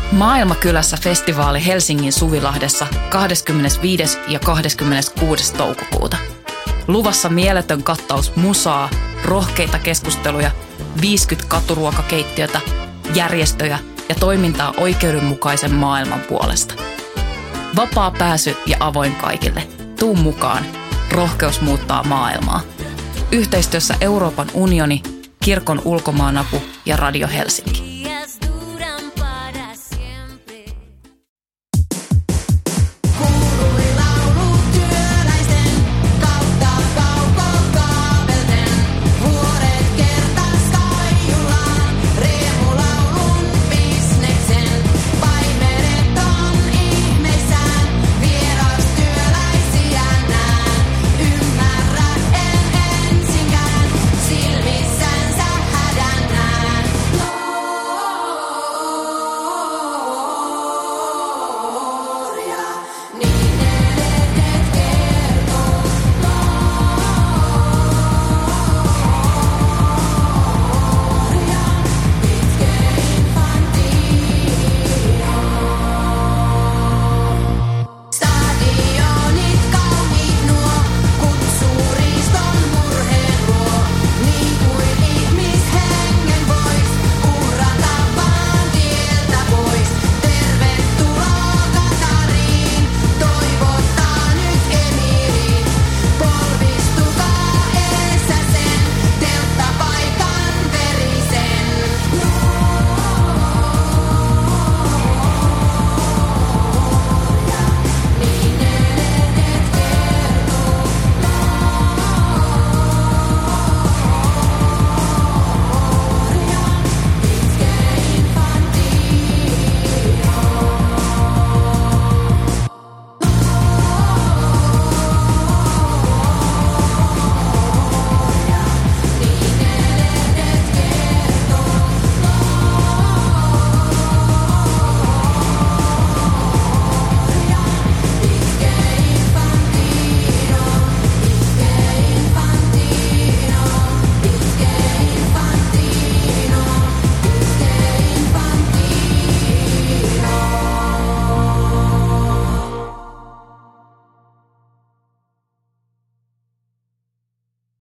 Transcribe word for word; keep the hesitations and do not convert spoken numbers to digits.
Maailmakylässä festivaali Helsingin Suvilahdessa kahdeskymmenesviides ja kahdeskymmeneskuudes toukokuuta. Luvassa mieletön kattaus musaa, rohkeita keskusteluja, viisikymmentä katuruokakeittiötä, järjestöjä ja toimintaa oikeudenmukaisen maailman puolesta. Vapaa pääsy ja avoin kaikille. Tuu mukaan. Rohkeus muuttaa maailmaa. Yhteistyössä Euroopan unioni, Kirkon ulkomaanapu ja Radio Helsinki.